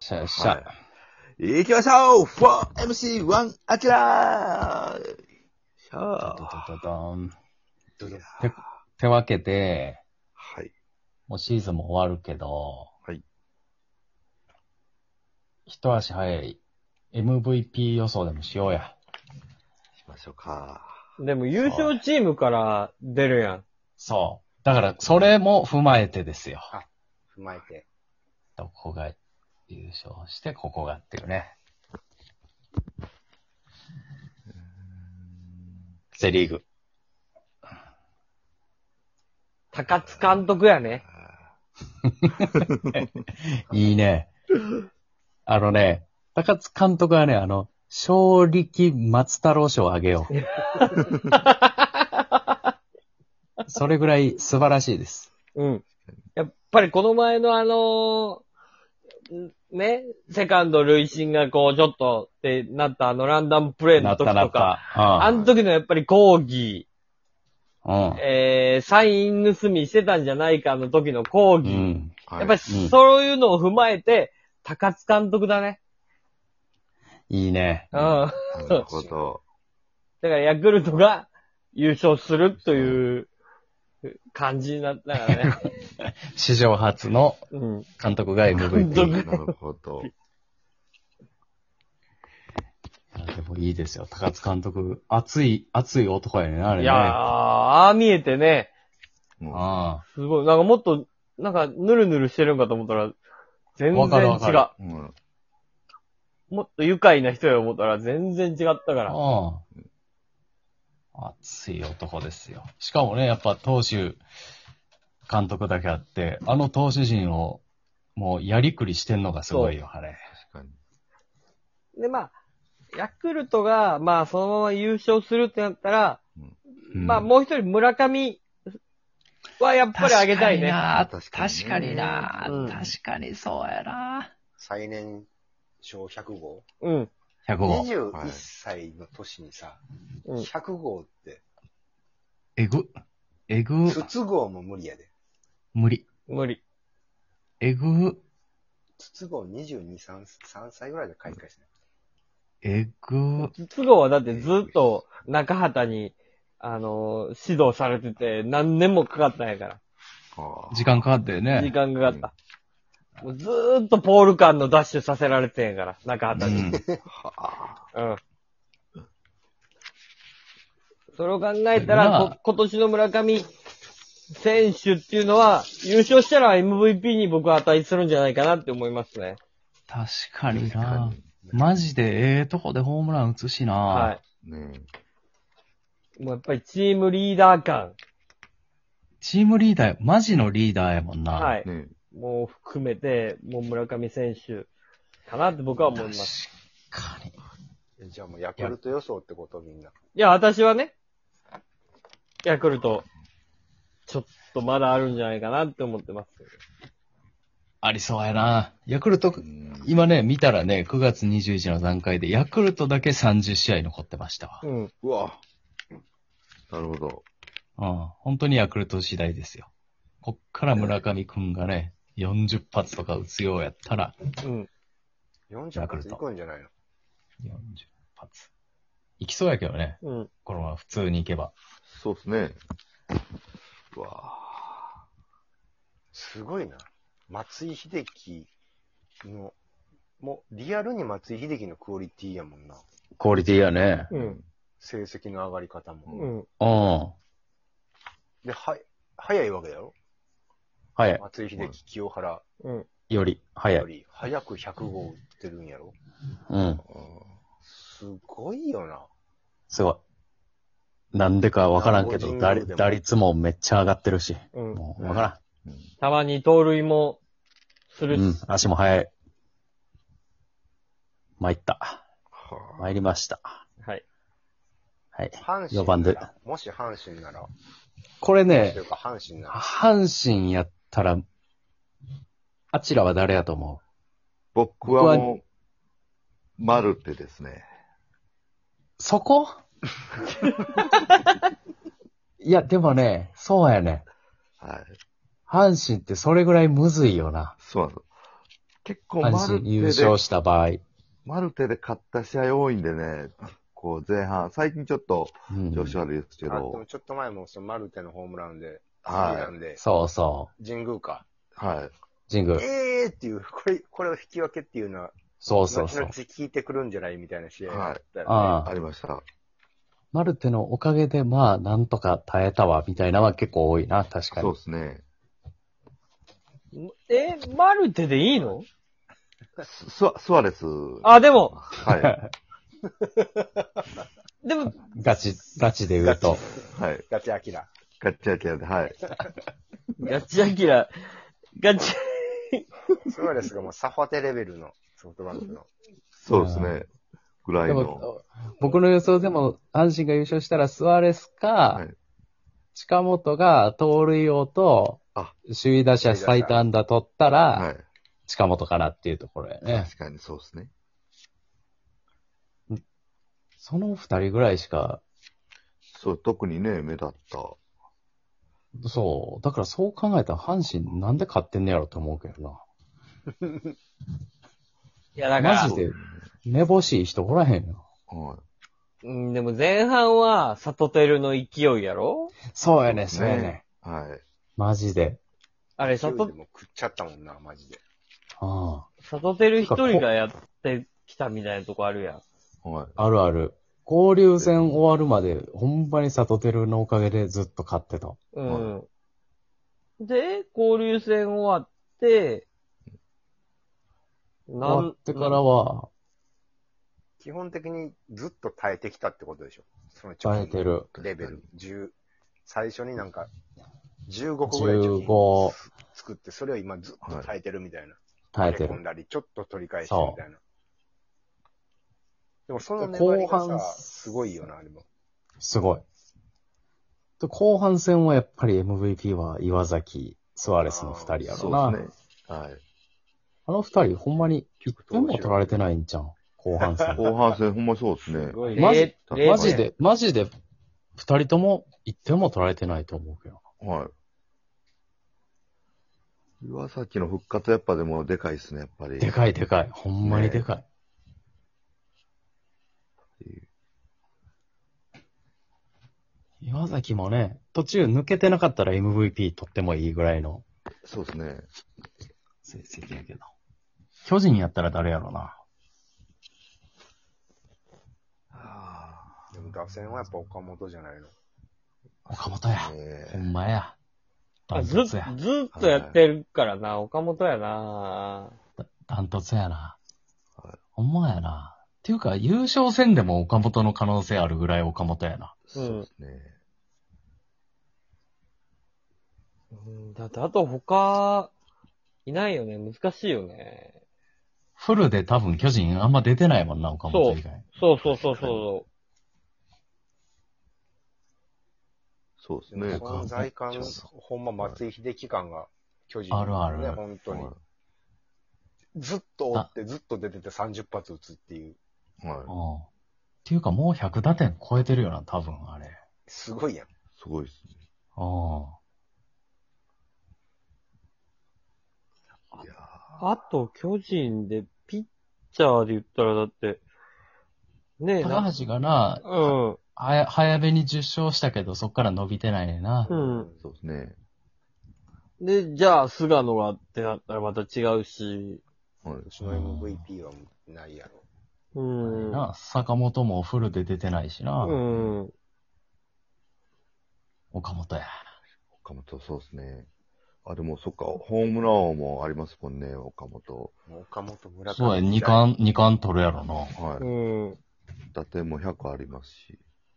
しゃよっしゃ。 はい。行きましょう !4MC1 アキラーしゃドドドドン。 ーいや手分けて、 はい。 もうシーズンも終わるけど、 はい。 一足早い MVP 予想でもしようや。 しましょうか。 でも優勝チームから出るやん。 そう。だから、それも踏まえてですよ。 踏まえて。 どこが優勝して、ここがっていうね。セリーグ。 高津監督やね。 いいね。高津監督はね、勝力松太郎賞をあげよう。それぐらい素晴らしいです。 うん。やっぱりこの前のね、セカンド塁審がこう、ちょっとってなったランダムプレーの時とか、あの時のやっぱり抗議、サイン盗みしてたんじゃないかの時の抗議、やっぱりそういうのを踏まえて、高津監督だね。 いいね。 なるほど。 だからヤクルトが優勝するという感じになったからね。 史上初の監督が MVP。 なるほど。 でもいいですよ。高津監督、熱い男やねん、あれね。 いやー、ああ見えてね。すごい。なんかもっと、なんか、ぬるぬるしてるんかと思ったら、全然違う。もっと愉快な人や思ったら、全然違ったから。 熱い男ですよ。しかもね、やっぱ投手、監督だけあって、投手陣を、もうやりくりしてんのがすごいよ、あれ。 確かに。 で、まあ、ヤクルトが、まあ、そのまま優勝するってなったら、まあ、もう一人村上はやっぱりあげたいね。 確かにな。確かにそうやな。 最年少100号うん。 100号。 21歳の年にさ、100号って。 えぐ。 筒号も無理やで。 無理。えぐ。 筒号22、3歳ぐらいで開花してない。 えぐ。 筒号はだってずっと中畑に、指導されてて何年もかかったんやから。 時間かかったよね。 時間かかった。もうずーっとポール間のダッシュさせられてんやから、中畑に。それを考えたら、今年の村上選手っていうのは、優勝したら MVP に僕は値するんじゃないかなって思いますね。 確かにな。マジでええとこでホームラン打つしな。 はい。 ねもうやっぱりチームリーダー感。 チームリーダー、マジのリーダーやもんな。 はい。もう含めて、もう村上選手かなって僕は思います。 確かに。 じゃあもうヤクルト予想ってことみんな。いや、私はね、ヤクルト、ちょっとまだあるんじゃないかなって思ってます。 ありそうやな。ヤクルト、今ね、見たらね、9月21日の段階で、ヤクルトだけ30試合残ってましたわ。 うわ。なるほど。 本当にヤクルト次第ですよ。こっから村上くんがね、40発とか打つようやったら、 40発いくんじゃないの ?40 発。いきそうやけどね。このまま普通にいけば。 そうですね。うわすごいな。松井秀喜の、もうリアルに松井秀喜のクオリティやもんな。 クオリティやね。 成績の上がり方も。で、早いわけだよ。 早い。 松井秀喜、清原。 より、早い。 より、早く100号打ってるんやろ。すごいよな。 すごい。なんでかわからんけど、打率もめっちゃ上がってるし。もうわからん。 たまに盗塁もするし。 足も速い。参りました。 はい。 はい。 4番で。もし阪神なら。 これね、 阪神やったら、あちらは誰やと思う？ 僕はもう、マルテですね。 そこいや、でもね、そうやね。 はい。 阪神ってそれぐらいむずいよな。 そうなんです。 結構阪神優勝した場合。 マルテで勝った試合多いんでね、こう前半、最近ちょっと調子悪いですけでもど、 ちょっと前もそのマルテのホームランで、 はいスリーランで、 そうそ神宮か。 はい。 う。神宮。 っていう、これを引き分けっていうのは、 そうそうそう後々。効いてくるんじゃないみたいな試合があったよね。 あありました。 マルテのおかげで、まあ、なんとか耐えたわ、みたいなのは結構多いな、確かにそうで。すね。 マルテでいいの？ スアレス。 あ、でも、 はい。 でも、 ガチで言うと。 はい。 ガチアキラ。 ガッチャキャで、はい。 ガチアキラ、ガチ、 スアレスがもうサファテレベルのソフトバンクの。 そうですね。ぐらいの。 でも、僕の予想でも、阪神が優勝したら、スアレスか、 はい。 近本が盗塁王とあ、 首位打者最多安打取ったら、 はい。 近本かなっていうところやね。 確かにそうですね。 その二人ぐらいしか、 そう、特にね、目立った。 そう。だからそう考えたら阪神なんで勝ってんねやろと思うけどいや、だな。 からマジ、で、めぼしい人おらへんよ。 はでも前半は、サトテルの勢いやろ？ そうやね、 そそううやね。 ねはい。 マジで。 あれ、 勢いでも食っちゃったもんな、マジで。 あサトテル一人がやってきたみたいなとこあるやん。 はい。 あるある。交流戦終わるまで、ほんまにサトテルのおかげでずっと勝ってた。 うん。で、交流戦終わって、 終わってからは、 基本的にずっと耐えてきたってことでしょ。その耐えてる。 レベル。最初になんか、15個ぐらい貯金 15 作って、それを今ずっと耐えてるみたいな。 耐えてる。 込んだり、ちょっと取り返してみたいな。でもその粘り後半がさ、すごいよな、でも。 すごい。で後半戦はやっぱり MVP は岩崎、スアレスの二人やろな。 そうですね。はい。 あの二人ほんまに一点も取られてないんじゃん。後半戦。 後半戦ほんまそうですねす。ごいマジ 0 マジで、二人とも一点も取られてないと思うけど。 はい。岩崎の復活やっぱでもでかいですね、やっぱり。 でかいでかい。ほんまにでかい。岩崎もね、途中抜けてなかったら MVP 取ってもいいぐらいのそうですね。 成績やけど。巨人やったら誰やろな。 でも打線はやっぱ岡本じゃないの。 岡本や。ほんまや。ダンずトツや。 っとやってるからな、岡本やな。 ダントツやなはい。 ほんまやな。っていうか、優勝戦でも岡本の可能性あるぐらい岡本やな。 そうですね。 だってあと他、いないよね。難しいよね。 フルで多分巨人あんま出てないもんな、岡本以外。 そうそうそうそそうですね。 存在感、ほんま松井秀喜感が巨人、ね。 あるある本当には。 ずっと追って、ずっと出てて30発打つっていう。 はい。 うん。っていうかもう100打点超えてるよな、多分あれ。 すごいやん。 すごいですね。 うん。 いやう。あと巨人で、ピッチャーで言ったらだって、ねえ、 高橋がな、 うん。 早めに10勝したけど、そっから伸びてないねんな。 うん。 そうですね。 で、じゃあ、菅野がってなったらまた違うし、 はい。 うちの MVP はないやろ。 な坂本もフルで出てないしな。 うん。 岡本や。 岡本、そうですね。あ、でもそっか、ホームラン王もありますもんね、岡本。 岡本村上。 そうや、2冠取るやろな。 はい。 うん。 打点も100ありますし。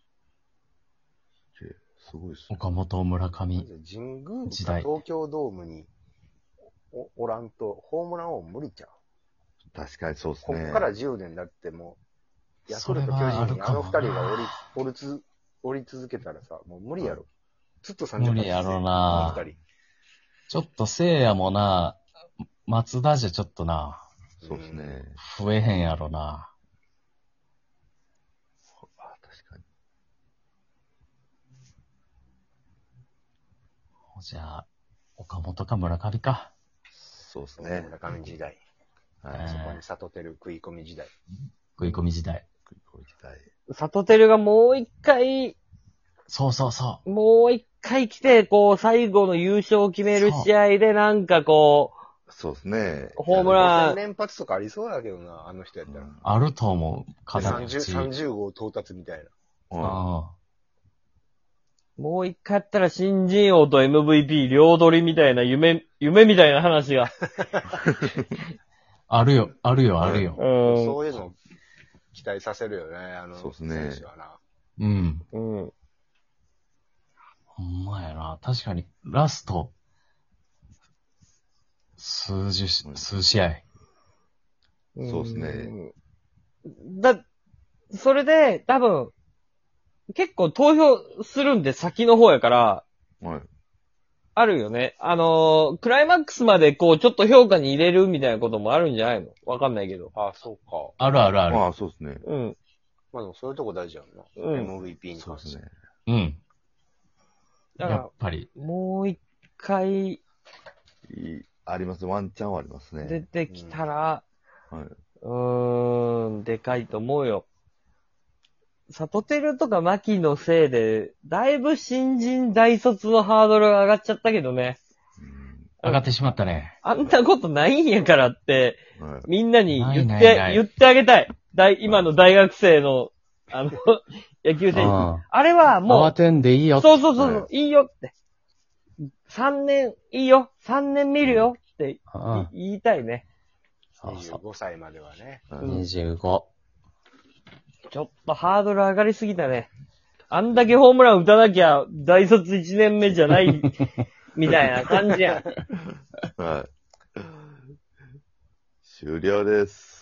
すごいっすね。 岡本、村上。 神宮時代東京ドームにおらんと、ホームラン王無理ちゃう。 確かにそうですね。 こっから10年だってもう、ヤクルト巨それはあ人にあのるかもな二人が降り続けたらさ、もう無理やろ。ずっと30 無理やろなあの二人。 ちょっと聖夜もな、松田じゃちょっとな、 そうですね。 増えへんやろな。 あ、確かに。 じゃあ、岡本か村上か。 そうですね。 村上時代。 はい。 そこに里照食い込み時代。 食い込み時代。 里照がもう一回、 そうそうそもう一回来て、こう、最後の優勝を決める試合でなんかこそうですね。 ホームラン連発とかありそうだけどな、あの人やったら。 う。あると思う。かなり。 30号到達みたいな。 あもう一回やったら新人王と MVP 両取りみたいな夢みたいな話が。 あるよ、あるよ、あるよ。 そういうの期待させるよね、 そうですね選手はな。 うん。 うん。うん。 ほんまやな。確かに、ラスト、数試合。 そうですね。 それで、多分、結構投票するんで先の方やから、 はい。 あるよね。クライマックスまでこう、ちょっと評価に入れるみたいなこともあるんじゃないの？わかんないけど。 あ、そうか。 あるあるある。 ああ、そうですね。 うん。 まあでもそういうとこ大事やんな。 うん MVP に関して。 そうですね。 うん。 だからやっぱり。 もう一回あります。ワンチャンはありますね。 出てきたら、 はい。 でかいと思うよ。里照とか牧のせいで、だいぶ新人大卒のハードルが上がっちゃったけどね。 上がってしまったね。 あんなことないんやからって、 はい。 みんなにないないない言ってあげたい。今の大学生の、野球選手。 うんあれはも慌てんでいいよ。 そうそうそう、 はいいいよって。3年、いいよ。3年見るよってうん言いたいね。 そうそう。 25歳まではね。 25。 ちょっとハードル上がりすぎたね。あんだけホームラン打たなきゃ大卒1年目じゃないみたいな感じやん。 はい。終了です。